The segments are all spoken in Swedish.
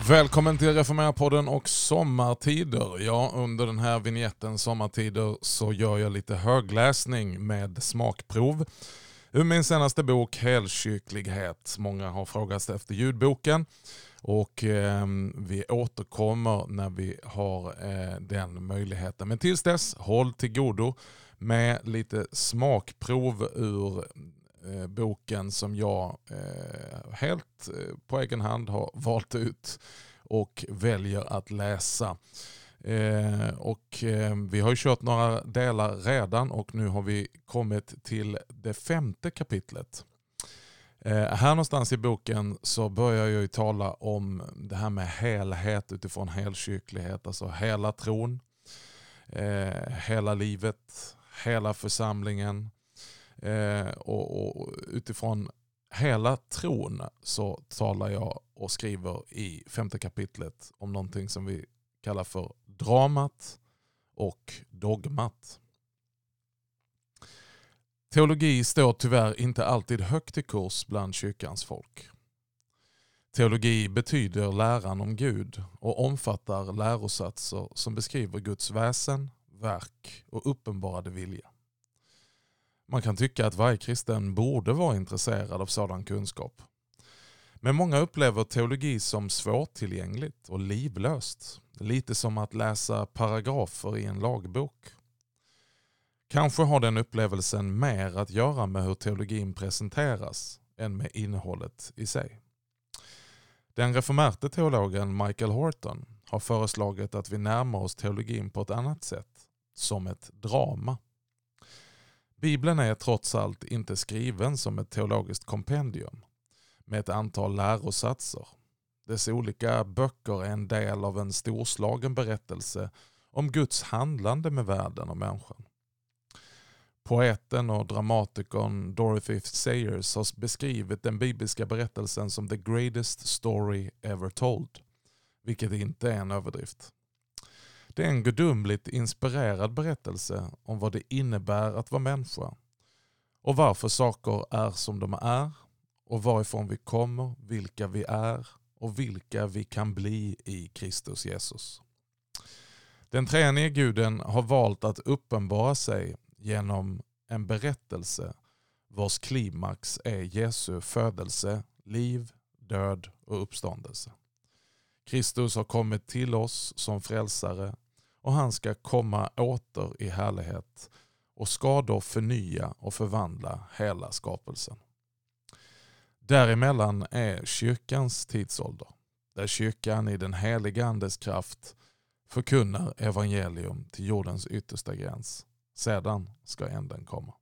Välkommen till Reformera-podden och sommartider. Ja, under den här vignetten sommartider så gör jag lite högläsning med smakprov ur min senaste bok Helkyrklighet. Många har frågat efter ljudboken och vi återkommer när vi har den möjligheten. Men tills dess, håll till godo med lite smakprov ur boken som jag helt på egen hand har valt ut och väljer att läsa. Vi har ju kört några delar redan och nu har vi kommit till det 5:e kapitlet. Här någonstans i boken så börjar jag ju tala om det här med helhet utifrån helkyrklighet, alltså hela tron, hela livet, hela församlingen. Och utifrån hela tron så talar jag och skriver i 5:e kapitlet om någonting som vi kallar för dramat och dogmat. Teologi står tyvärr inte alltid högt i kurs bland kyrkans folk. Teologi betyder läran om Gud och omfattar lärosatser som beskriver Guds väsen, verk och uppenbarade vilja. Man kan tycka att varje kristen borde vara intresserad av sådan kunskap. Men många upplever teologi som svårtillgängligt och livlöst. Lite som att läsa paragrafer i en lagbok. Kanske har den upplevelsen mer att göra med hur teologin presenteras än med innehållet i sig. Den reformerte teologen Michael Horton har föreslagit att vi närmar oss teologin på ett annat sätt, som ett drama. Bibeln är trots allt inte skriven som ett teologiskt kompendium med ett antal lärosatser. Dess olika böcker är en del av en storslagen berättelse om Guds handlande med världen och människan. Poeten och dramatikern Dorothy Sayers har beskrivit den bibliska berättelsen som the greatest story ever told, vilket inte är en överdrift. Det är en gudomligt inspirerad berättelse om vad det innebär att vara människa och varför saker är som de är och varifrån vi kommer, vilka vi är och vilka vi kan bli i Kristus Jesus. Den treenige Guden har valt att uppenbara sig genom en berättelse vars klimax är Jesu födelse, liv, död och uppståndelse. Kristus har kommit till oss som frälsare och han ska komma åter i härlighet och ska då förnya och förvandla hela skapelsen. Däremellan är kyrkans tidsålder, där kyrkan i den heliga andes kraft förkunnar evangelium till jordens yttersta gräns. Sedan ska änden komma.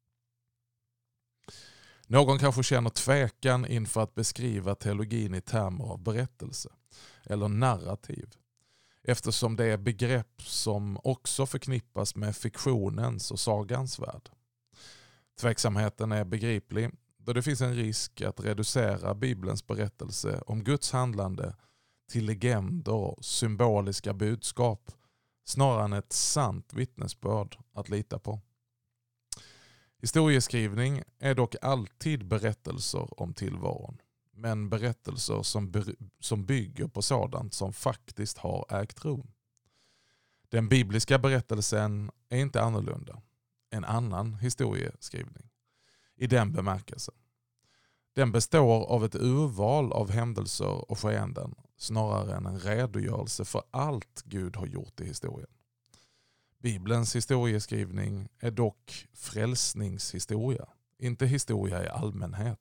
Någon kanske känner tvekan inför att beskriva teologin i termer av berättelse eller narrativ, eftersom det är begrepp som också förknippas med fiktionens och sagans värld. Tveksamheten är begriplig då det finns en risk att reducera Bibelns berättelse om Guds handlande till legender och symboliska budskap snarare än ett sant vittnesbörd att lita på. Historieskrivning är dock alltid berättelser om tillvaron, men berättelser som bygger på sådant som faktiskt har ägt rum. Den bibliska berättelsen är inte annorlunda, en annan historieskrivning i den bemärkelsen. Den består av ett urval av händelser och skeenden snarare än en redogörelse för allt Gud har gjort i historien. Bibelns historieskrivning är dock frälsningshistoria, inte historia i allmänhet.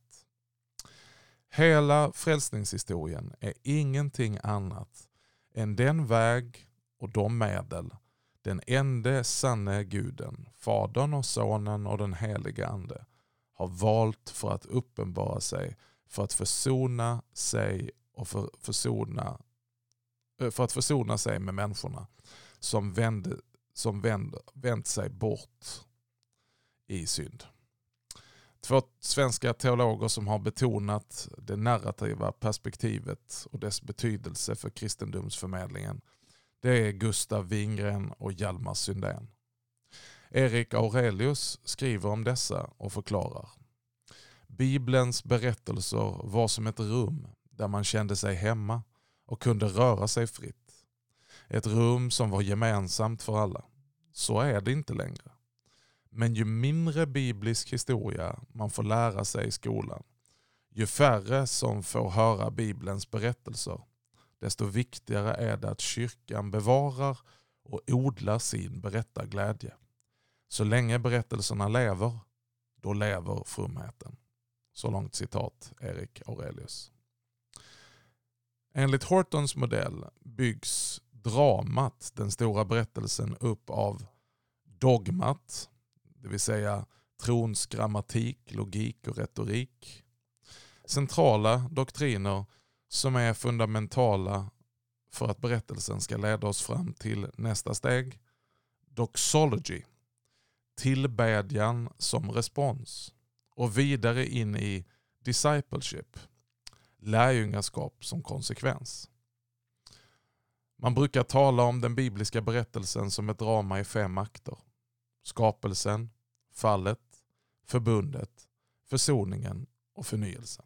Hela frälsningshistorien är ingenting annat än den väg och de medel den ende sanne Guden, Fadern och Sonen och den heliga Ande har valt för att uppenbara sig, för att försona sig och för att försona sig med människorna som vänt sig bort i synd. 2 svenska teologer som har betonat det narrativa perspektivet och dess betydelse för kristendomsförmedlingen, det är Gustav Wingren och Hjalmar Syndén. Erik Aurelius skriver om dessa och förklarar: Bibelns berättelser var som ett rum där man kände sig hemma och kunde röra sig fritt. Ett rum som var gemensamt för alla. Så är det inte längre. Men ju mindre biblisk historia man får lära sig i skolan, ju färre som får höra Bibelns berättelser, desto viktigare är det att kyrkan bevarar och odlar sin berättarglädje. Så länge berättelserna lever, då lever fromheten. Så långt citat Erik Aurelius. Enligt Hortons modell byggs dramat, den stora berättelsen, upp av dogmat, det vill säga trons grammatik, logik och retorik. Centrala doktriner som är fundamentala för att berättelsen ska leda oss fram till nästa steg. Doxology, tillbedjan som respons. Och vidare in i discipleship, lärjungaskap som konsekvens. Man brukar tala om den bibliska berättelsen som ett drama i 5 akter. Skapelsen, fallet, förbundet, försoningen och förnyelsen.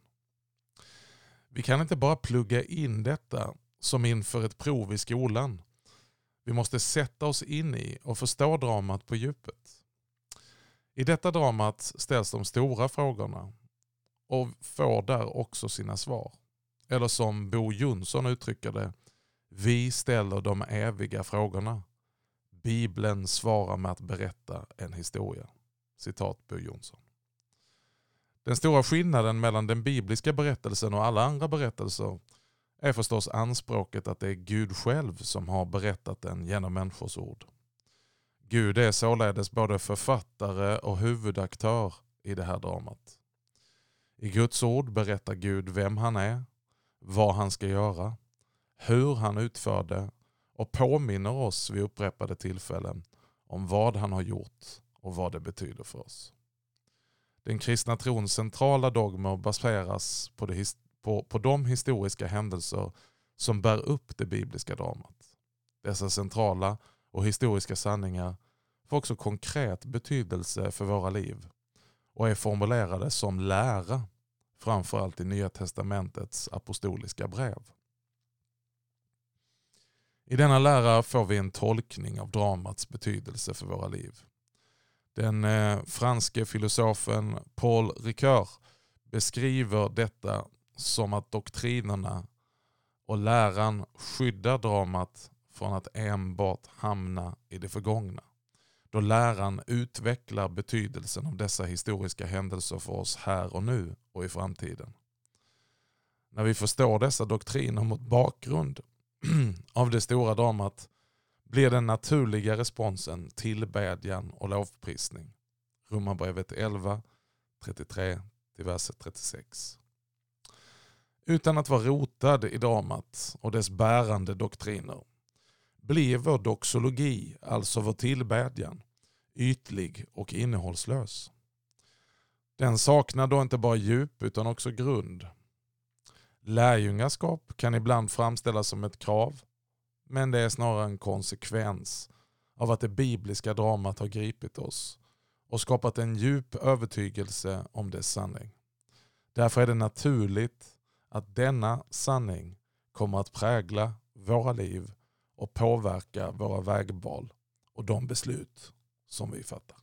Vi kan inte bara plugga in detta som inför ett prov i skolan. Vi måste sätta oss in i och förstå dramat på djupet. I detta dramat ställs de stora frågorna och får där också sina svar. Eller som Bo Jonsson uttrycker det, vi ställer de eviga frågorna. Bibeln svarar med att berätta en historia. Citat Bo Jonsson. Den stora skillnaden mellan den bibliska berättelsen och alla andra berättelser är förstås anspråket att det är Gud själv som har berättat den genom människors ord. Gud är således både författare och huvudaktör i det här dramat. I Guds ord berättar Gud vem han är, vad han ska göra, hur han utför det och påminner oss vid upprepade tillfällen om vad han har gjort och vad det betyder för oss. Den kristna trons centrala dogmer baseras på de historiska händelser som bär upp det bibliska dramat. Dessa centrala och historiska sanningar får också konkret betydelse för våra liv och är formulerade som lära, framförallt i Nya testamentets apostoliska brev. I denna lära får vi en tolkning av dramats betydelse för våra liv. Den franske filosofen Paul Ricoeur beskriver detta som att doktrinerna och läran skyddar dramat från att enbart hamna i det förgångna. Då läran utvecklar betydelsen av dessa historiska händelser för oss här och nu och i framtiden. När vi förstår dessa doktriner mot bakgrund av det stora dramat blir den naturliga responsen tillbedjan och lovprisning. Romarbrevet 11, 33 till vers 36. Utan att vara rotad i dramat och dess bärande doktriner blir vår doxologi, alltså vår tillbedjan, ytlig och innehållslös. Den saknar då inte bara djup utan också grund. Lärjungaskap kan ibland framställas som ett krav, men det är snarare en konsekvens av att det bibliska dramat har gripit oss och skapat en djup övertygelse om dess sanning. Därför är det naturligt att denna sanning kommer att prägla våra liv och påverka våra vägval och de beslut som vi fattar.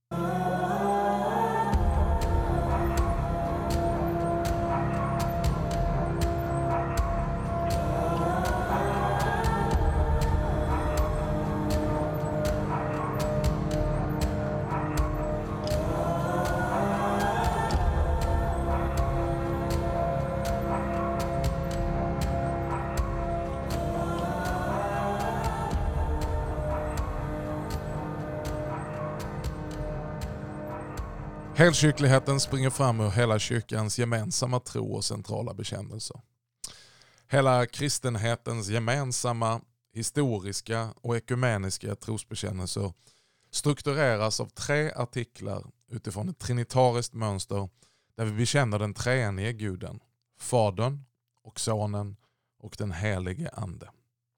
Helkyrkligheten springer fram ur hela kyrkans gemensamma tro och centrala bekännelser. Hela kristenhetens gemensamma, historiska och ekumeniska trosbekännelser struktureras av 3 artiklar utifrån ett trinitariskt mönster där vi bekänner den treenige guden, Fadern och Sonen och den helige Ande.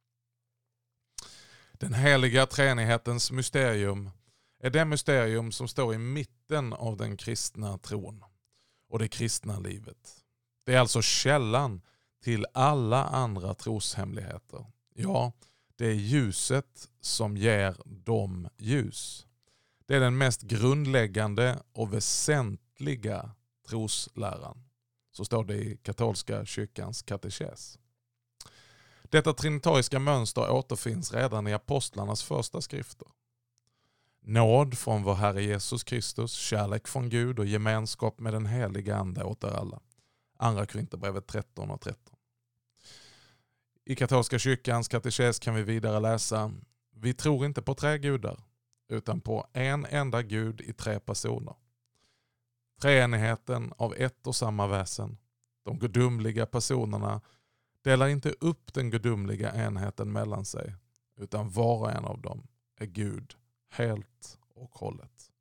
Den heliga treenighetens mysterium är det mysterium som står i mitten av den kristna tron och det kristna livet. Det är alltså källan till alla andra troshemligheter. Ja, det är ljuset som ger dem ljus. Det är den mest grundläggande och väsentliga trosläran. Så står det i katolska kyrkans katekes. Detta trinitariska mönster återfinns redan i apostlarnas första skrifter. Nåd från vår Herre Jesus Kristus, kärlek från Gud och gemenskap med den heliga ande åt er alla. Andra Korinthierbrevet 13 och 13. I katolska kyrkans katekes kan vi vidare läsa: vi tror inte på tre gudar, utan på en enda Gud i tre personer. Treenigheten av ett och samma väsen. De gudomliga personerna delar inte upp den gudomliga enheten mellan sig, utan var och en av dem är Gud helt och hållet.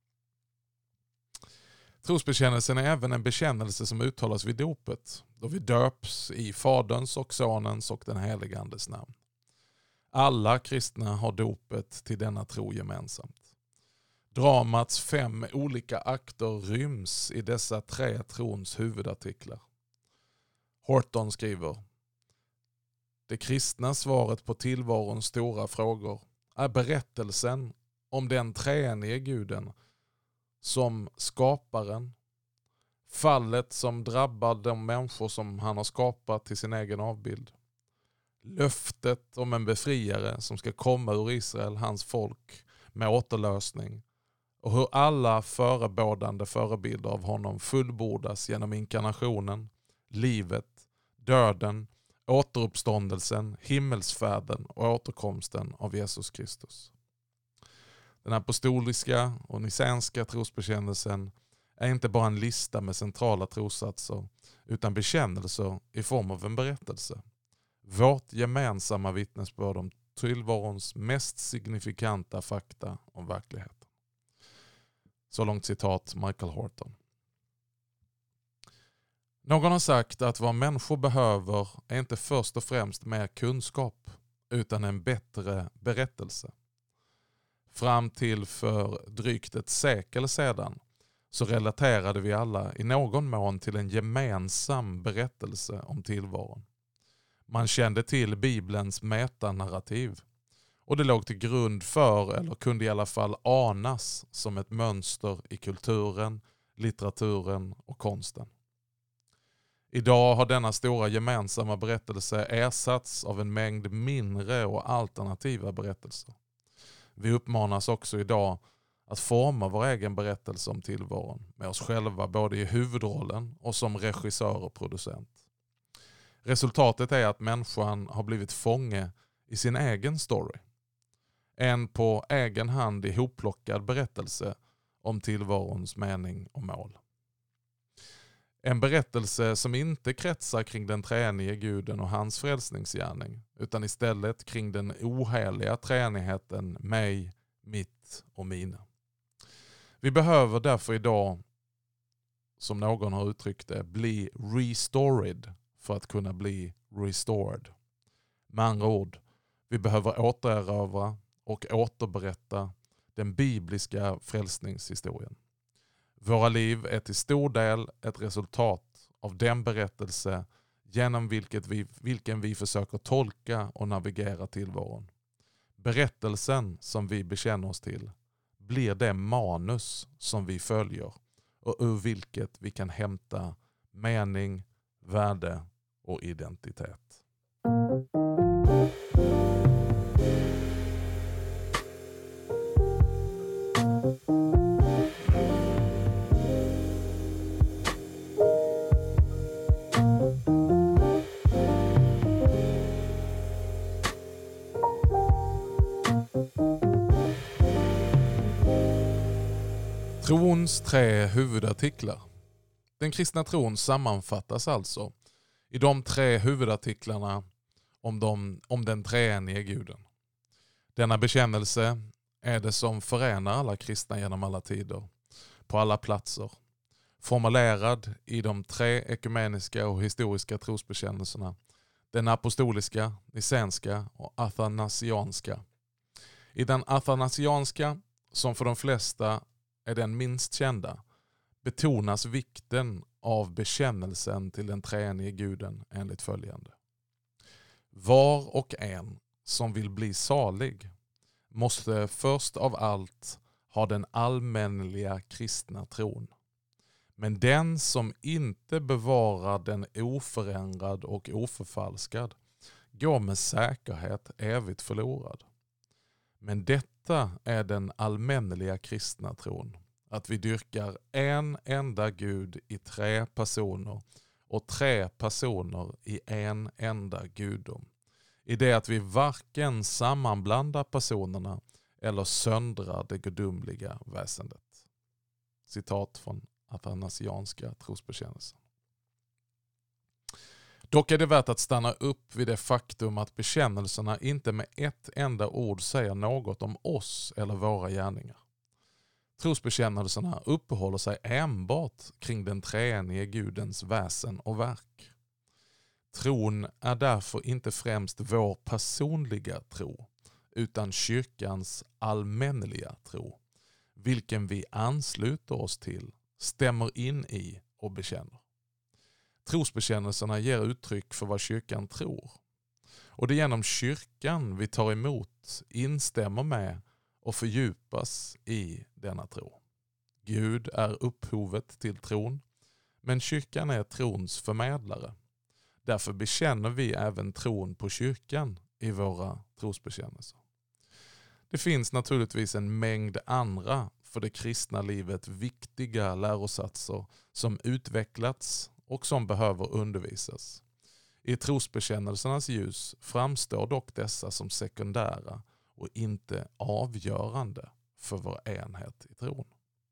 Trosbekännelsen är även en bekännelse som uttalas vid dopet, då vi döps i Faderns och Sonens och den heliga Andes namn. Alla kristna har dopet till denna tro gemensamt. Dramats 5 olika akter ryms i dessa 3 trons huvudartiklar. Horton skriver: det kristna svaret på tillvarons stora frågor är berättelsen om den treenige guden som skaparen, fallet som drabbar de människor som han har skapat till sin egen avbild, löftet om en befriare som ska komma ur Israel, hans folk, med återlösning, och hur alla förebådande förebilder av honom fullbordas genom inkarnationen, livet, döden, återuppståndelsen, himmelsfärden och återkomsten av Jesus Kristus. Den apostoliska och nicenska trosbekännelsen är inte bara en lista med centrala trossatser, utan bekännelser i form av en berättelse. Vårt gemensamma vittnesbörd om tillvarons mest signifikanta fakta om verkligheten. Så långt citat Michael Horton. Någon har sagt att vad människor behöver är inte först och främst mer kunskap, utan en bättre berättelse. Fram till för drygt ett sekel sedan så relaterade vi alla i någon mån till en gemensam berättelse om tillvaron. Man kände till Bibelns metanarrativ, och det låg till grund för, eller kunde i alla fall anas som ett mönster i kulturen, litteraturen och konsten. Idag har denna stora gemensamma berättelse ersatts av en mängd mindre och alternativa berättelser. Vi uppmanas också idag att forma vår egen berättelse om tillvaron med oss själva både i huvudrollen och som regissör och producent. Resultatet är att människan har blivit fånge i sin egen story. En på egen hand ihopplockad berättelse om tillvarons mening och mål. En berättelse som inte kretsar kring den treenige guden och hans frälsningsgärning, utan istället kring den oheliga treenigheten mig, mitt och mina. Vi behöver därför idag, som någon har uttryckt det, bli restored för att kunna bli restored. Med andra ord, vi behöver återerövra och återberätta den bibliska frälsningshistorien. Våra liv är till stor del ett resultat av den berättelse genom vilken vi försöker tolka och navigera tillvaron. Berättelsen som vi bekänner oss till blir det manus som vi följer och ur vilket vi kan hämta mening, värde och identitet. Trons 3 huvudartiklar. Den kristna tron sammanfattas alltså i de 3 huvudartiklarna om den treenige guden. Denna bekännelse är det som förenar alla kristna genom alla tider, på alla platser. Formulerad i de 3 ekumeniska och historiska trosbekännelserna, den apostoliska, nicenska och athanasianska. I den athanasianska, som för de flesta är den minst kända, betonas vikten av bekännelsen till den treenige guden enligt följande. Var och en som vill bli salig måste först av allt ha den allmänliga kristna tron. Men den som inte bevarar den oförändrad och oförfalskad går med säkerhet evigt förlorad. Men detta är den allmänliga kristna tron, att vi dyrkar en enda Gud i 3 personer och 3 personer i en enda gudom. I det att vi varken sammanblandar personerna eller söndrar det gudomliga väsendet. Citat från athanasianska trosbekännelsen. Dock är det värt att stanna upp vid det faktum att bekännelserna inte med ett enda ord säger något om oss eller våra gärningar. Trosbekännelserna uppehåller sig enbart kring den treenige Gudens väsen och verk. Tron är därför inte främst vår personliga tro, utan kyrkans allmänliga tro, vilken vi ansluter oss till, stämmer in i och bekänner. Trosbekännelserna ger uttryck för vad kyrkan tror. Och det är genom kyrkan vi tar emot, instämmer med och fördjupas i denna tro. Gud är upphovet till tron, men kyrkan är trons förmedlare. Därför bekänner vi även tron på kyrkan i våra trosbekännelser. Det finns naturligtvis en mängd andra för det kristna livet viktiga lärosatser som utvecklats och som behöver undervisas. I trosbekännelsernas ljus framstår dock dessa som sekundära och inte avgörande för vår enhet i tron.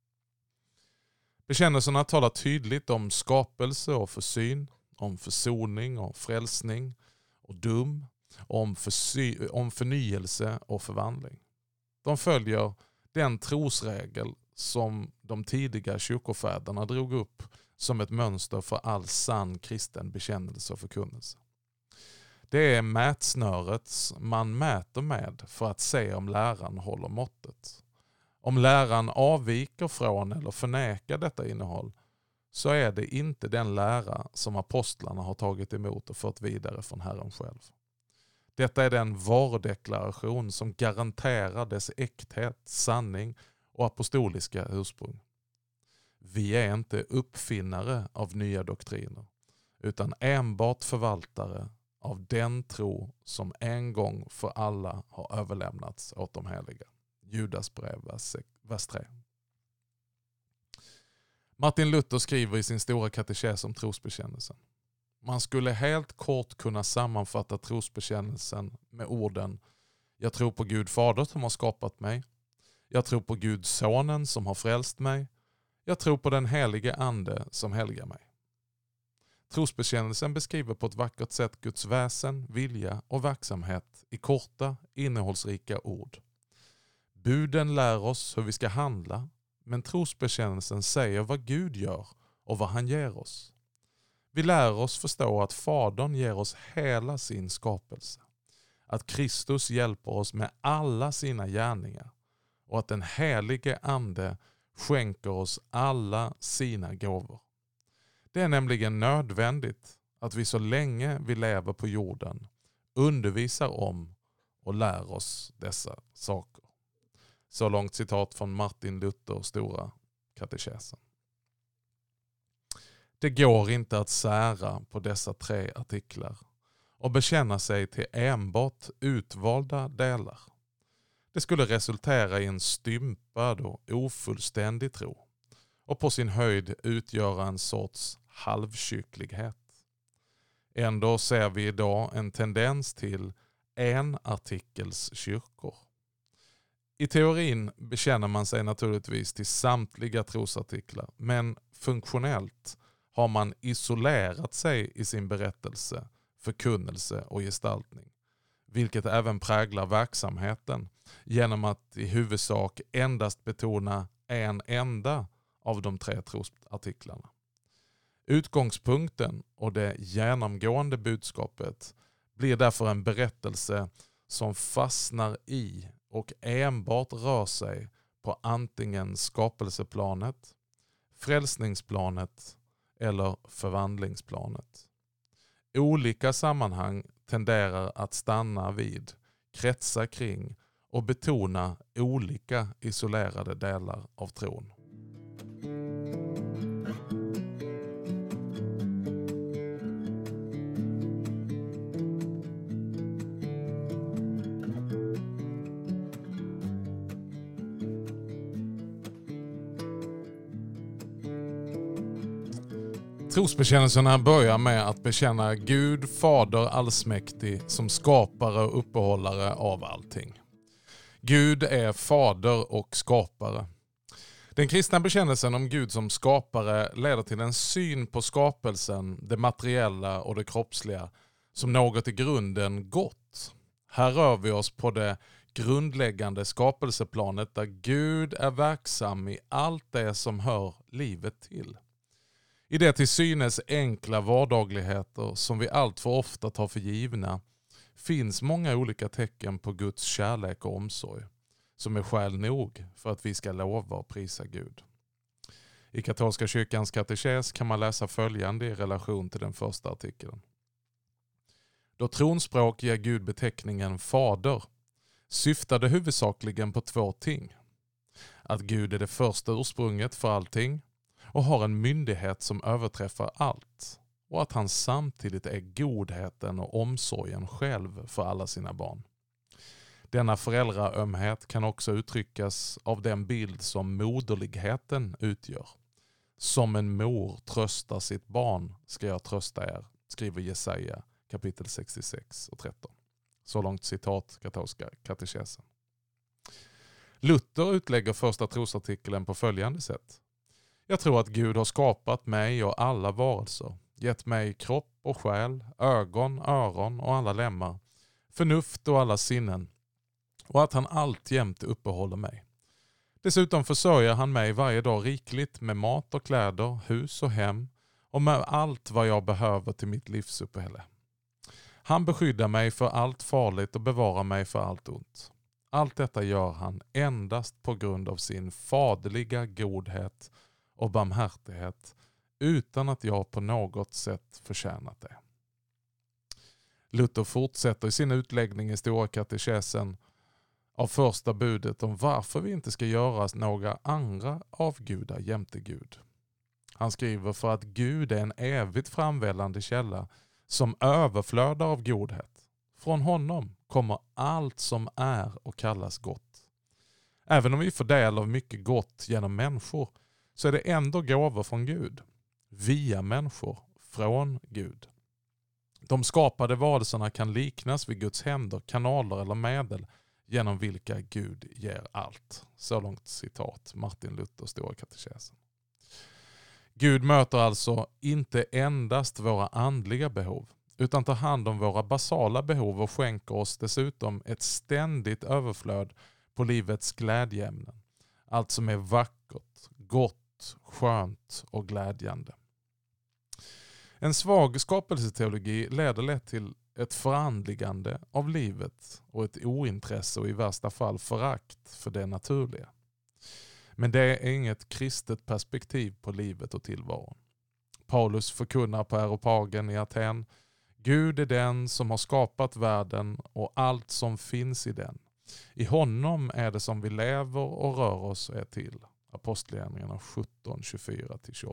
Bekännelserna talar tydligt om skapelse och försyn, om försoning och frälsning och dom, om förnyelse och förvandling. De följer den trosregel som de tidiga kyrkofäderna drog upp som ett mönster för all sann kristen bekännelse och förkunnelse. Det är mätsnöret man mäter med för att se om läran håller måttet. Om läran avviker från eller förnekar detta innehåll så är det inte den lära som apostlarna har tagit emot och fört vidare från Herren själv. Detta är den varudeklaration som garanterar dess äkthet, sanning och apostoliska ursprung. Vi är inte uppfinnare av nya doktriner, utan enbart förvaltare av den tro som en gång för alla har överlämnats åt de heliga. Judas brev, vers 3. Martin Luther skriver i sin stora katekes om trosbekännelsen. Man skulle helt kort kunna sammanfatta trosbekännelsen med orden: jag tror på Gud Fader som har skapat mig. Jag tror på Gud Sonen som har frälst mig. Jag tror på den helige ande som helgar mig. Trosbekännelsen beskriver på ett vackert sätt Guds väsen, vilja och verksamhet i korta, innehållsrika ord. Buden lär oss hur vi ska handla, men trosbekännelsen säger vad Gud gör och vad han ger oss. Vi lär oss förstå att Fadern ger oss hela sin skapelse, att Kristus hjälper oss med alla sina gärningar och att den helige ande skänker oss alla sina gåvor. Det är nämligen nödvändigt att vi så länge vi lever på jorden undervisar om och lär oss dessa saker. Så långt citat från Martin Luthers stora katekesen. Det går inte att sära på dessa 3 artiklar och bekänna sig till enbart utvalda delar. Det skulle resultera i en stympad och ofullständig tro och på sin höjd utgöra en sorts halvkyrklighet. Ändå ser vi idag en tendens till enartikels kyrkor. I teorin bekänner man sig naturligtvis till samtliga trosartiklar, men funktionellt har man isolerat sig i sin berättelse, förkunnelse och gestaltning, vilket även präglar verksamheten genom att i huvudsak endast betona en enda av de 3 trosartiklarna. Utgångspunkten och det genomgående budskapet blir därför en berättelse som fastnar i och enbart rör sig på antingen skapelseplanet, frälsningsplanet eller förvandlingsplanet. Olika sammanhang tenderar att stanna vid, kretsa kring och betona olika isolerade delar av tron. Trosbekännelserna börjar med att bekänna Gud, Fader allsmäktig, som skapare och uppehållare av allting. Gud är fader och skapare. Den kristna bekännelsen om Gud som skapare leder till en syn på skapelsen, det materiella och det kroppsliga, som något i grunden gott. Här rör vi oss på det grundläggande skapelseplanet där Gud är verksam i allt det som hör livet till. I det till synes enkla vardagligheter som vi allt för ofta tar för givna finns många olika tecken på Guds kärlek och omsorg som är skäl nog för att vi ska lova och prisa Gud. I katolska kyrkans katekes kan man läsa följande i relation till den första artikeln. Då tronspråk ger Gud beteckningen fader syftar det huvudsakligen på två ting. Att Gud är det första ursprunget för allting och har en myndighet som överträffar allt, och att han samtidigt är godheten och omsorgen själv för alla sina barn. Denna föräldraömhet kan också uttryckas av den bild som moderligheten utgör. Som en mor tröstar sitt barn ska jag trösta er, skriver Jesaja kapitel 66 och 13. Så långt citat katolska katekesen. Luther utlägger första trosartikeln på följande sätt. Jag tror att Gud har skapat mig och alla varelser, gett mig kropp och själ, ögon, öron och alla lemmar, förnuft och alla sinnen, och att han alltjämt uppehåller mig. Dessutom försörjer han mig varje dag rikligt med mat och kläder, hus och hem och med allt vad jag behöver till mitt livsuppehälle. Han beskyddar mig för allt farligt och bevarar mig för allt ont. Allt detta gör han endast på grund av sin faderliga godhet och barmhärtighet utan att jag på något sätt förtjänat det. Luther fortsätter i sin utläggning i Stora katekesen av första budet om varför vi inte ska göra några andra avgudar jämte Gud. Han skriver för att Gud är en evigt framvällande källa som överflödar av godhet. Från honom kommer allt som är och kallas gott. Även om vi får del av mycket gott genom människor så är det ändå gåvor från Gud. Via människor, från Gud. De skapade varelserna kan liknas vid Guds händer, kanaler eller medel genom vilka Gud ger allt. Så långt citat Martin Luther, Stora katekesen. Gud möter alltså inte endast våra andliga behov utan tar hand om våra basala behov och skänker oss dessutom ett ständigt överflöd på livets glädjeämnen. Allt som är vackert, gott, skönt och glädjande. En svag skapelseteologi leder lätt till ett förandligande av livet och ett ointresse och i värsta fall förakt för det naturliga. Men det är inget kristet perspektiv på livet och tillvaron. Paulus förkunnar på Areopagen i Aten: Gud är den som har skapat världen och allt som finns i den. I honom är det som vi lever och rör oss och är till. Apostlagärningarna 17, 24-28.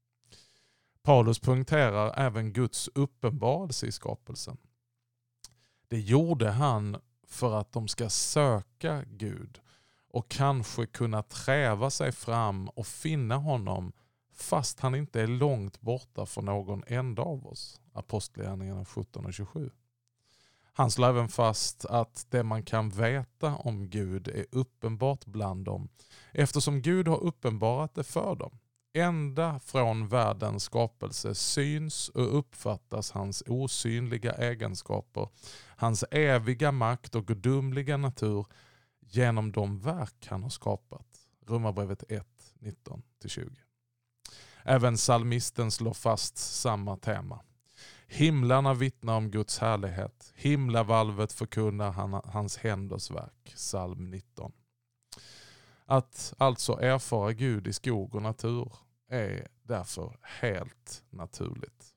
Paulus poängterar även Guds uppenbarelse i skapelsen. Det gjorde han för att de ska söka Gud och kanske kunna träva sig fram och finna honom fast han inte är långt borta från någon enda av oss. Apostlagärningarna 17 och 27. Han slår även fast att det man kan veta om Gud är uppenbart bland dem eftersom Gud har uppenbarat det för dem. Ända från världens skapelse syns och uppfattas hans osynliga egenskaper, hans eviga makt och gudomliga natur genom de verk han har skapat. Romarbrevet 1, 19-20. Även psalmisten slår fast samma tema. Himlarna vittnar om Guds härlighet. Himlavalvet förkunnar hans händers verk. Psalm 19. Att alltså erfara Gud i skog och natur är därför helt naturligt.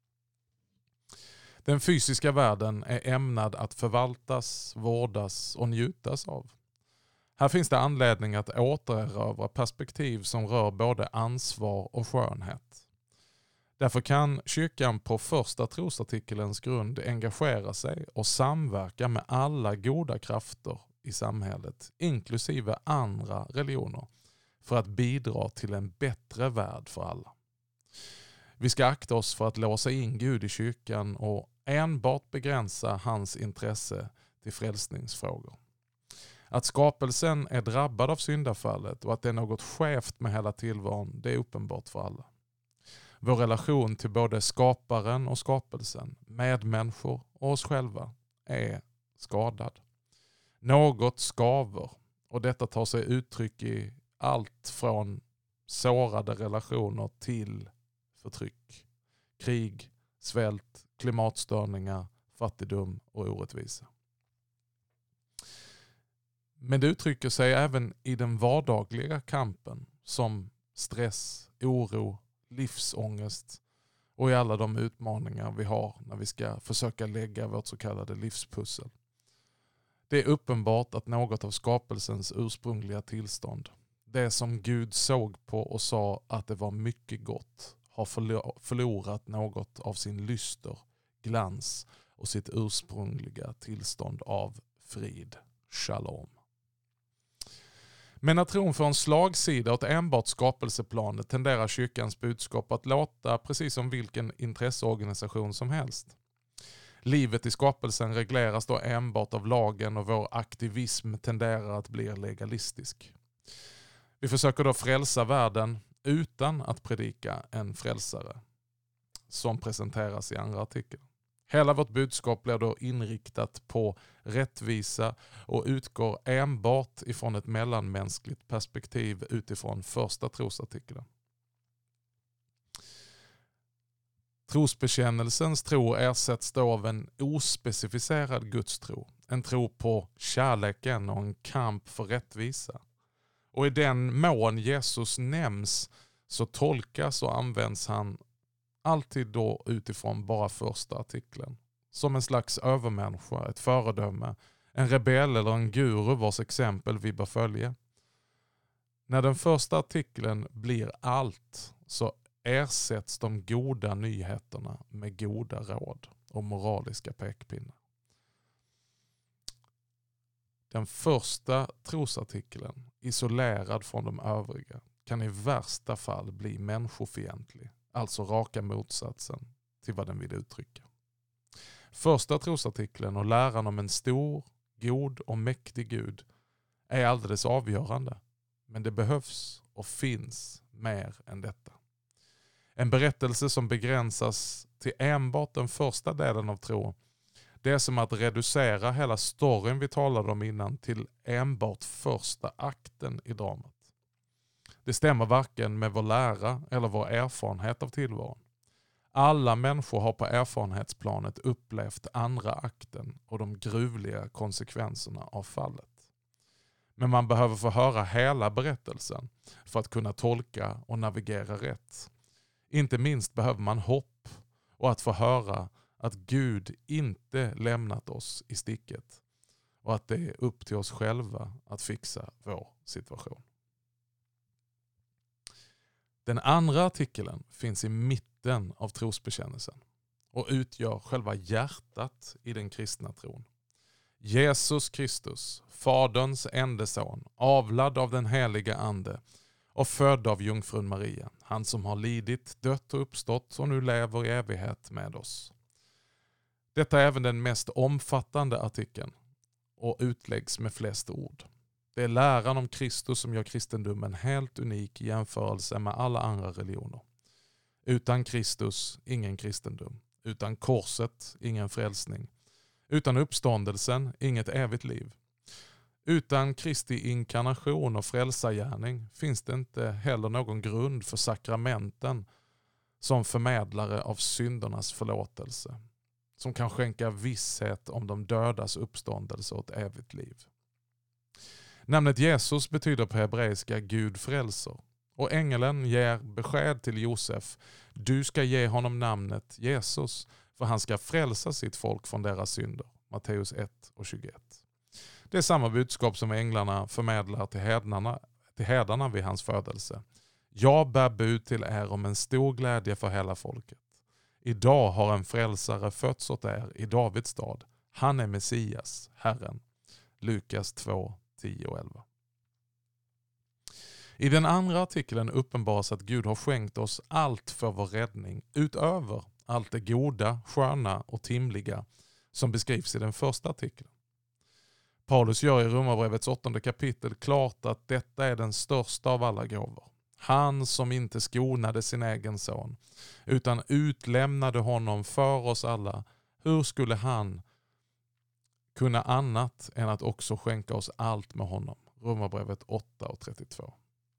Den fysiska världen är ämnad att förvaltas, vårdas och njutas av. Här finns det anledning att återerövra perspektiv som rör både ansvar och skönhet. Därför kan kyrkan på första trosartikelns grund engagera sig och samverka med alla goda krafter i samhället, inklusive andra religioner, för att bidra till en bättre värld för alla. Vi ska akta oss för att låsa in Gud i kyrkan och enbart begränsa hans intresse till frälsningsfrågor. Att skapelsen är drabbad av syndafallet och att det är något skevt med hela tillvaron, det är uppenbart för alla. Vår relation till både skaparen och skapelsen, medmänniskor och oss själva, är skadad. Något skaver, och detta tar sig uttryck i allt från sårade relationer till förtryck, krig, svält, klimatstörningar, fattigdom och orättvisa. Men det uttrycker sig även i den vardagliga kampen som stress, oro, livsångest och i alla de utmaningar vi har när vi ska försöka lägga vårt så kallade livspussel. Det är uppenbart att något av skapelsens ursprungliga tillstånd, det som Gud såg på och sa att det var mycket gott, har förlorat något av sin lyster, glans och sitt ursprungliga tillstånd av frid. Shalom. Men när tron får en slagsida åt enbart skapelseplanet tenderar kyrkans budskap att låta precis som vilken intresseorganisation som helst. Livet i skapelsen regleras då enbart av lagen och vår aktivism tenderar att bli legalistisk. Vi försöker då frälsa världen utan att predika en frälsare som presenteras i andra artikeln. Hela vårt budskap blir då inriktat på rättvisa och utgår enbart ifrån ett mellanmänskligt perspektiv utifrån första trosartikeln. Trosbekännelsens tro ersätts då av en ospecificerad gudstro. En tro på kärleken och en kamp för rättvisa. Och i den mån Jesus nämns så tolkas och används han alltid då utifrån bara första artikeln. Som en slags övermänniska, ett föredöme, en rebell eller en guru vars exempel vi bör följa. När den första artikeln blir allt så ersätts de goda nyheterna med goda råd och moraliska pekpinnar. Den första trosartikeln, isolerad från de övriga, kan i värsta fall bli människofientlig, alltså raka motsatsen till vad den vill uttrycka. Första trosartikeln och läran om en stor, god och mäktig Gud är alldeles avgörande, men det behövs och finns mer än detta. En berättelse som begränsas till enbart den första delen av tro, det är som att reducera hela storyn vi talade om innan till enbart första akten i dramat. Det stämmer varken med vår lära eller vår erfarenhet av tillvaron. Alla människor har på erfarenhetsplanet upplevt andra akten och de gruvliga konsekvenserna av fallet. Men man behöver få höra hela berättelsen för att kunna tolka och navigera rätt. Inte minst behöver man hopp och att få höra att Gud inte lämnat oss i sticket och att det är upp till oss själva att fixa vår situation. Den andra artikeln finns i mitten av trosbekännelsen och utgör själva hjärtat i den kristna tron. Jesus Kristus, Faderns enda son, avlad av den heliga ande och född av jungfrun Maria, han som har lidit, dött och uppstått och nu lever i evighet med oss. Detta är även den mest omfattande artikeln och utläggs med flest ord. Det är läran om Kristus som gör kristendomen helt unik i jämförelse med alla andra religioner. Utan Kristus, ingen kristendom. Utan korset, ingen frälsning. Utan uppståndelsen, inget evigt liv. Utan Kristi inkarnation och frälsargärning finns det inte heller någon grund för sakramenten som förmedlare av syndernas förlåtelse. Som kan skänka visshet om de dödas uppståndelse och ett evigt liv. Namnet Jesus betyder på hebreiska Gud frälser. Och ängeln ger besked till Josef: du ska ge honom namnet Jesus, för han ska frälsa sitt folk från deras synder. Matteus 1:21. Det är samma budskap som änglarna förmedlar till herdarna vid hans födelse. Jag bär bud till er om en stor glädje för hela folket. Idag har en frälsare fötts åt er i Davids stad. Han är Messias, Herren. Lukas 2:10-11. I den andra artikeln uppenbaras att Gud har skänkt oss allt för vår räddning, utöver allt det goda, sköna och timliga som beskrivs i den första artikeln. Paulus gör i Romarbrevets 8:e kapitel klart att detta är den största av alla gåvor. Han som inte skonade sin egen son, utan utlämnade honom för oss alla. Hur skulle han kunna annat än att också skänka oss allt med honom? Romarbrevet 8:32.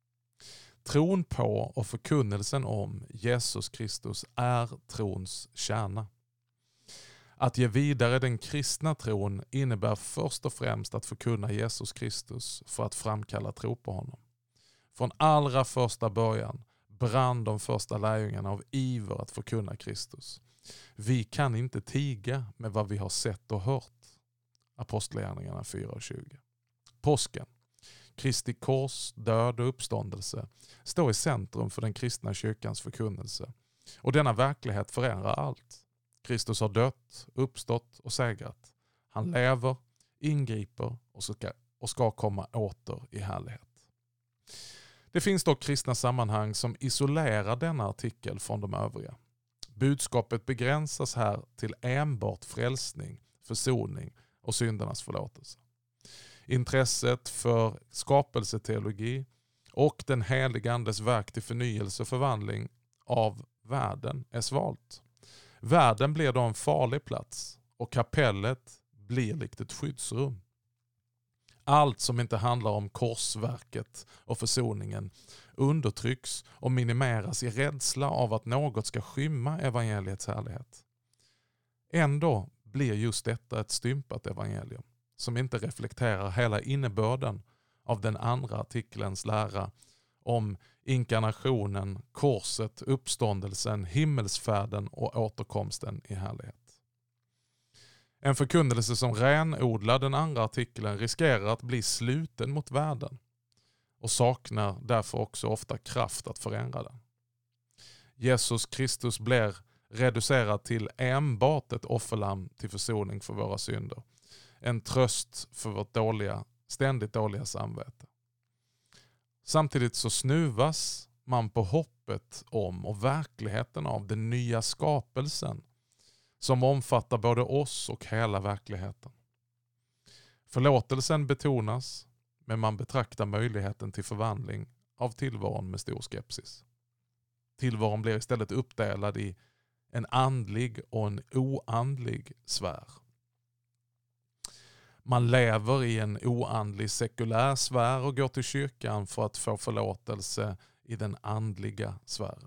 Tron på och förkunnelsen om Jesus Kristus är trons kärna. Att ge vidare den kristna tron innebär först och främst att förkunna Jesus Kristus för att framkalla tro på honom. Från allra första början brann de första lärjungarna av iver att förkunna Kristus. Vi kan inte tiga med vad vi har sett och hört. Apostlagärningarna 4:20. Påsken, Kristi kors, död och uppståndelse, står i centrum för den kristna kyrkans förkunnelse. Och denna verklighet förändrar allt. Kristus har dött, uppstått och segrat. Han lever, ingriper och ska komma åter i härlighet. Det finns dock kristna sammanhang som isolerar denna artikel från de övriga. Budskapet begränsas här till enbart frälsning, försoning och syndernas förlåtelse. Intresset för skapelseteologi och den heliga andes verk till förnyelse och förvandling av världen är svalt. Världen blir då en farlig plats och kapellet blir likt ett skyddsrum. Allt som inte handlar om korsverket och försoningen undertrycks och minimeras i rädsla av att något ska skymma evangeliets härlighet. Ändå blir just detta ett stympat evangelium som inte reflekterar hela innebörden av den andra artikelns lära om inkarnationen, korset, uppståndelsen, himmelsfärden och återkomsten i härlighet. En förkunnelse som renodlar den andra artikeln riskerar att bli sluten mot världen och saknar därför också ofta kraft att förändra den. Jesus Kristus blir reducerad till enbart ett offerlamm till försoning för våra synder. En tröst för vårt ständigt dåliga samvete. Samtidigt så snuvas man på hoppet om och verkligheten av den nya skapelsen som omfattar både oss och hela verkligheten. Förlåtelsen betonas, men man betraktar möjligheten till förvandling av tillvaron med stor skepsis. Tillvaron blir istället uppdelad i en andlig och en oandlig sfär. Man lever i en oandlig sekulär sfär och går till kyrkan för att få förlåtelse i den andliga sfären.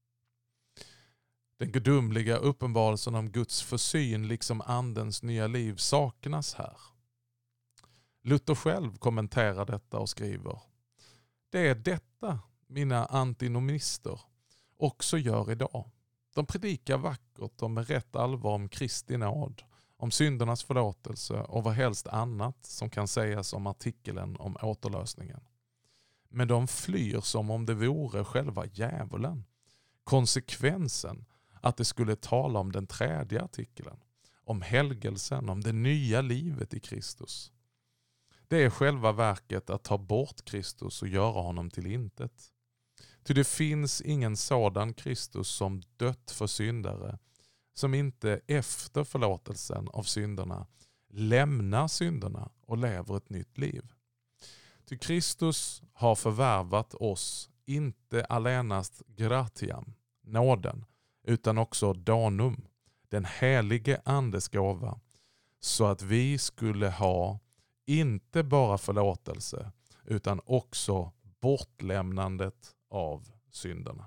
Den gudomliga uppenbarelsen om Guds försyn liksom andens nya liv saknas här. Luther själv kommenterar detta och skriver: det är detta mina antinomister också gör idag. De predikar vackert och med rätt allvar om Kristi nåd, om syndernas förlåtelse och vad helst annat som kan sägas om artikeln om återlösningen. Men de flyr som om det vore själva djävulen. Konsekvensen att det skulle tala om den tredje artikeln, om helgelsen, om det nya livet i Kristus. Det är själva verket att ta bort Kristus och göra honom till intet. Ty det finns ingen sådan Kristus som dött för syndare, som inte efter förlåtelsen av synderna lämnar synderna och lever ett nytt liv. Ty Kristus har förvärvat oss inte allenast gratiam, nåden, utan också donum, den helige andes gåva, så att vi skulle ha inte bara förlåtelse utan också bortlämnandet av synderna.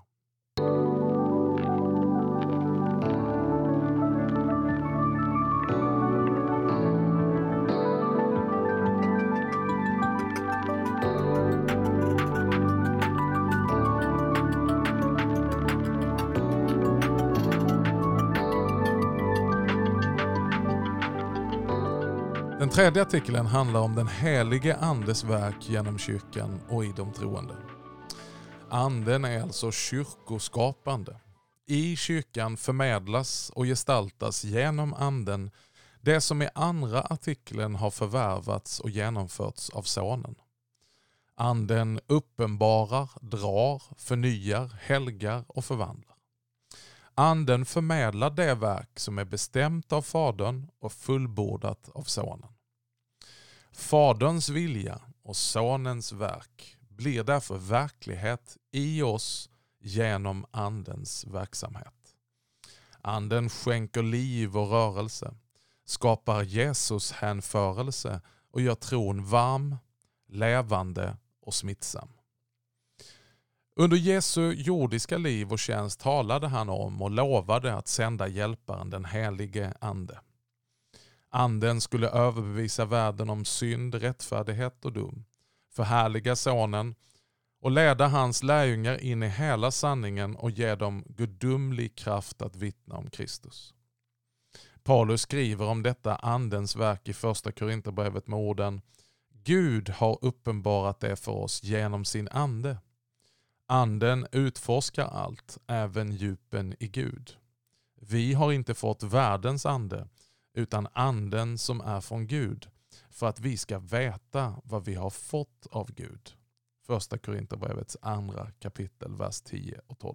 tredje artikeln handlar om den helige andes verk genom kyrkan och i de troende. Anden är alltså kyrkoskapande. I kyrkan förmedlas och gestaltas genom anden det som i andra artikeln har förvärvats och genomförts av sonen. Anden uppenbarar, drar, förnyar, helgar och förvandlar. Anden förmedlar det verk som är bestämt av Fadern och fullbordat av Sonen. Faderns vilja och Sonens verk blir därför verklighet i oss genom Andens verksamhet. Anden skänker liv och rörelse, skapar Jesus hänförelse och gör tron varm, levande och smittsam. Under Jesu jordiska liv och tjänst talade han om och lovade att sända hjälparen, den helige ande. Anden skulle överbevisa världen om synd, rättfärdighet och dom, förhärliga sonen och leda hans lärjungar in i hela sanningen och ge dem gudomlig kraft att vittna om Kristus. Paulus skriver om detta andens verk i första Korinterbrevet med orden: Gud har uppenbarat det för oss genom sin ande. Anden utforskar allt, även djupen i Gud. Vi har inte fått världens ande, utan anden som är från Gud, för att vi ska veta vad vi har fått av Gud. Första Korinterbrevets 2 kapitel, vers 10 och 12.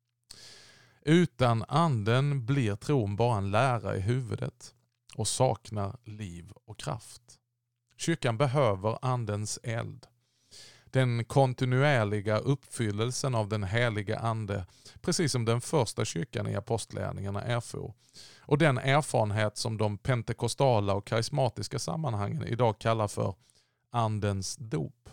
Utan anden blir tron bara en lära i huvudet och saknar liv och kraft. Kyrkan behöver andens eld. Den kontinuerliga uppfyllelsen av den heliga ande, precis som den första kyrkan i apostlagärningarna erfor. Och den erfarenhet som de pentekostala och karismatiska sammanhangen idag kallar för andens dop.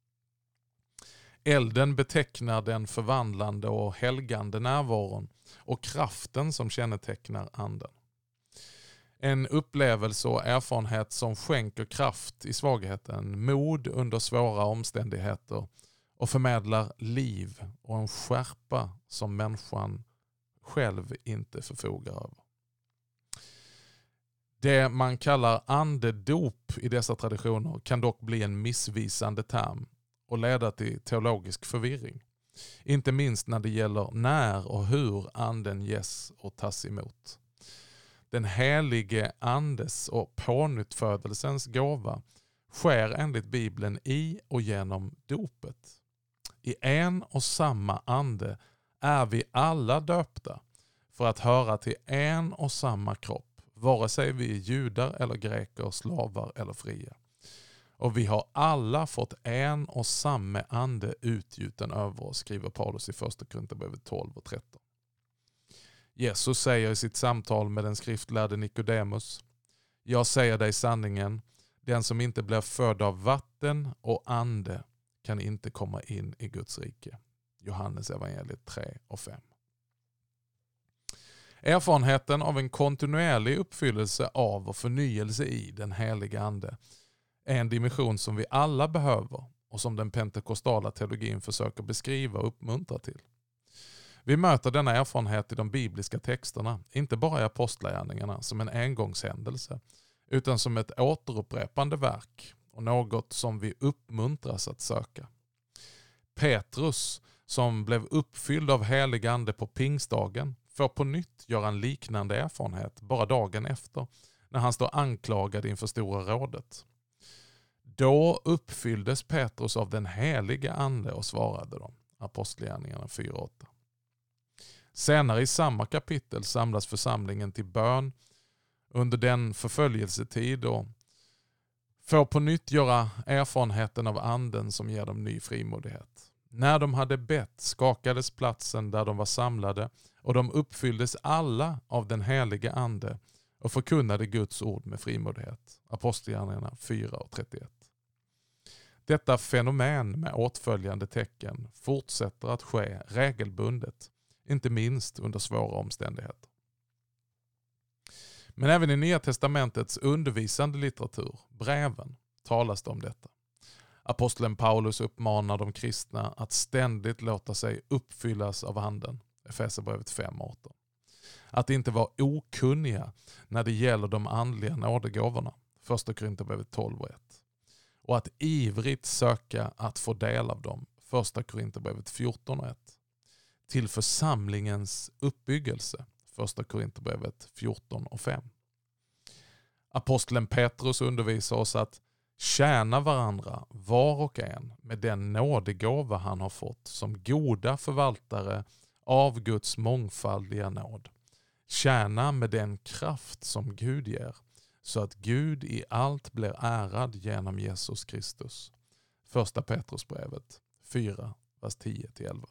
Elden betecknar den förvandlande och helgande närvaron och kraften som kännetecknar anden. En upplevelse och erfarenhet som skänker kraft i svagheten, mod under svåra omständigheter och förmedlar liv och en skärpa som människan själv inte förfogar över. Det man kallar andedop i dessa traditioner kan dock bli en missvisande term och leda till teologisk förvirring. Inte minst när det gäller när och hur anden ges och tas emot. Den helige andes och pånyttfödelsens gåva sker enligt Bibeln i och genom dopet. I en och samma ande är vi alla döpta för att höra till en och samma kropp, vare sig vi är judar eller greker, slavar eller fria. Och vi har alla fått en och samma ande utgjuten över oss, skriver Paulus i första Korinterbrevet 12 och 13. Jesus säger i sitt samtal med den skriftlärde Nikodemus: Jag säger dig sanningen, den som inte blir född av vatten och ande kan inte komma in i Guds rike. Johannes evangeliet 3 och 5. Erfarenheten av en kontinuerlig uppfyllelse av och förnyelse i den heliga ande är en dimension som vi alla behöver och som den pentekostala teologin försöker beskriva och uppmuntra till. Vi möter denna erfarenhet i de bibliska texterna, inte bara i apostlagärningarna som en engångshändelse, utan som ett återupprepande verk och något som vi uppmuntras att söka. Petrus, som blev uppfylld av helig ande på pingstdagen, får på nytt göra en liknande erfarenhet bara dagen efter, när han står anklagad inför Stora rådet. Då uppfylldes Petrus av den heliga ande och svarade dem. Apostlagärningarna 4:8. Senare i samma kapitel samlas församlingen till bön under den förföljelsetid och får på nytt göra erfarenheten av anden som ger dem ny frimodighet. När de hade bett skakades platsen där de var samlade och de uppfylldes alla av den heliga ande och förkunnade Guds ord med frimodighet. Apostlagärningarna 4:31. Detta fenomen med åtföljande tecken fortsätter att ske regelbundet, inte minst under svåra omständigheter. Men även i Nya testamentets undervisande litteratur, breven, talas det om detta. Aposteln Paulus uppmanar de kristna att ständigt låta sig uppfyllas av anden. Efesierbrevet 5:18. Att inte vara okunniga när det gäller de andliga nådegåvorna. Första Korinthierbrevet 12:1. Och att ivrigt söka att få del av dem. Första Korinthierbrevet 14:1. Till församlingens uppbyggelse. Första Korinthierbrevet 14:5. Aposteln Petrus undervisar oss att tjäna varandra var och en med den nådegåva han har fått som goda förvaltare av Guds mångfaldiga nåd. Tjäna med den kraft som Gud ger, så att Gud i allt blir ärad genom Jesus Kristus. Första Petrusbrevet 4, vers 10-11.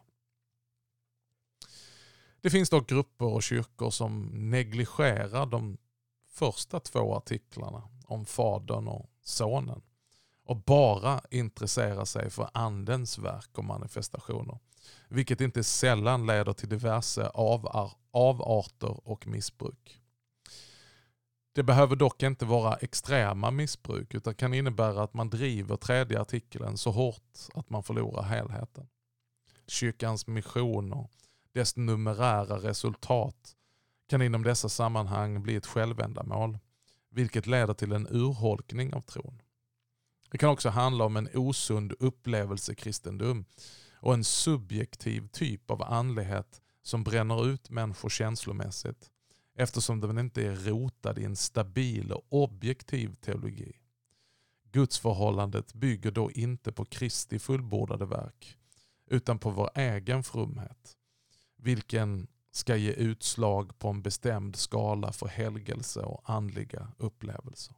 Det finns dock grupper och kyrkor som negligerar de första 2 artiklarna om Fadern och Sonen och bara intresserar sig för andens verk och manifestationer, vilket inte sällan leder till diverse avarter och missbruk. Det behöver dock inte vara extrema missbruk utan kan innebära att man driver tredje artikeln så hårt att man förlorar helheten. Kyrkans mission och dess numerära resultat kan inom dessa sammanhang bli ett självändamål, vilket leder till en urholkning av tron. Det kan också handla om en osund upplevelsekristendom och en subjektiv typ av andlighet som bränner ut människor känslomässigt eftersom den inte är rotad i en stabil och objektiv teologi. Gudsförhållandet bygger då inte på Kristi fullbordade verk utan på vår egen fromhet, vilken ska ge utslag på en bestämd skala för helgelse och andliga upplevelser.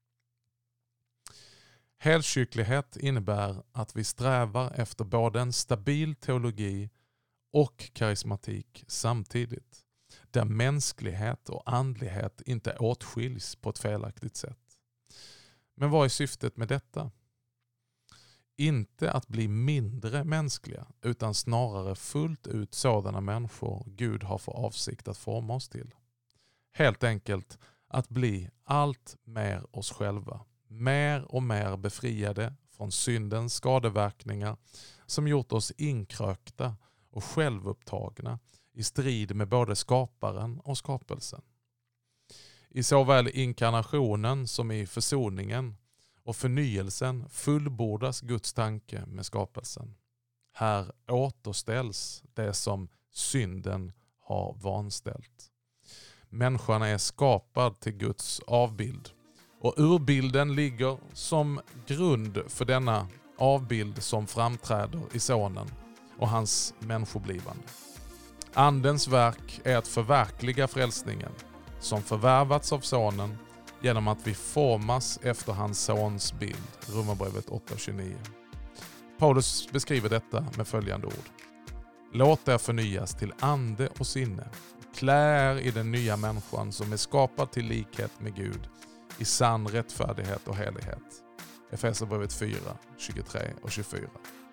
Helkyrklighet innebär att vi strävar efter både en stabil teologi och karismatik samtidigt, där mänsklighet och andlighet inte åtskiljs på ett felaktigt sätt. Men vad är syftet med detta? Inte att bli mindre mänskliga utan snarare fullt ut sådana människor Gud har för avsikt att forma oss till. Helt enkelt att bli allt mer oss själva, mer och mer befriade från syndens skadeverkningar som gjort oss inkrökta och självupptagna i strid med både skaparen och skapelsen. I såväl inkarnationen som i försoningen och förnyelsen fullbordas Guds tanke med skapelsen. Här återställs det som synden har vanställt. Människan är skapad till Guds avbild och urbilden ligger som grund för denna avbild som framträder i sonen och hans människoblivande. Andens verk är att förverkliga frälsningen som förvärvats av sonen genom att vi formas efter hans sons bild. Romarbrevet 8:29. Paulus beskriver detta med följande ord. Låt er förnyas till ande och sinne. Klä er i den nya människan som är skapad till likhet med Gud i sann rättfärdighet och helighet. Efesierbrevet 4:23-24.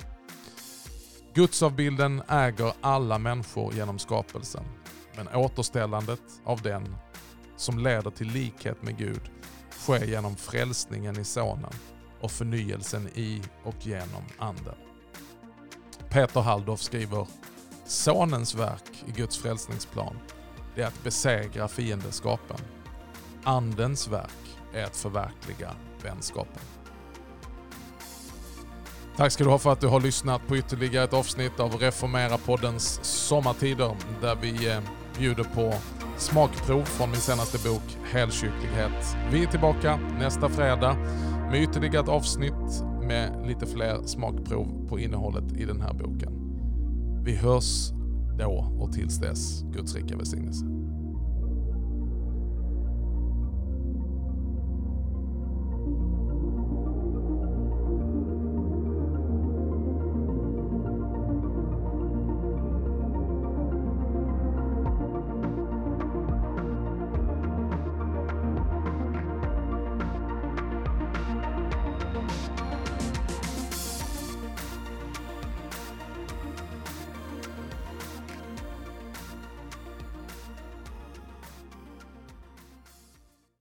Gudsavbilden äger alla människor genom skapelsen, men återställandet av den som leder till likhet med Gud sker genom frälsningen i sonen och förnyelsen i och genom anden. Peter Halldorf skriver: sonens verk i Guds frälsningsplan är att besegra fiendeskapen. Andens verk är att förverkliga vänskapen. Tack ska du ha för att du har lyssnat på ytterligare ett avsnitt av Reformera-poddens sommartider där vi bjuder på smakprov från min senaste bok Helkyrklighet. Vi är tillbaka nästa fredag med ytterligare ett avsnitt med lite fler smakprov på innehållet i den här boken. Vi hörs då och tills dess, Guds rika välsignelse.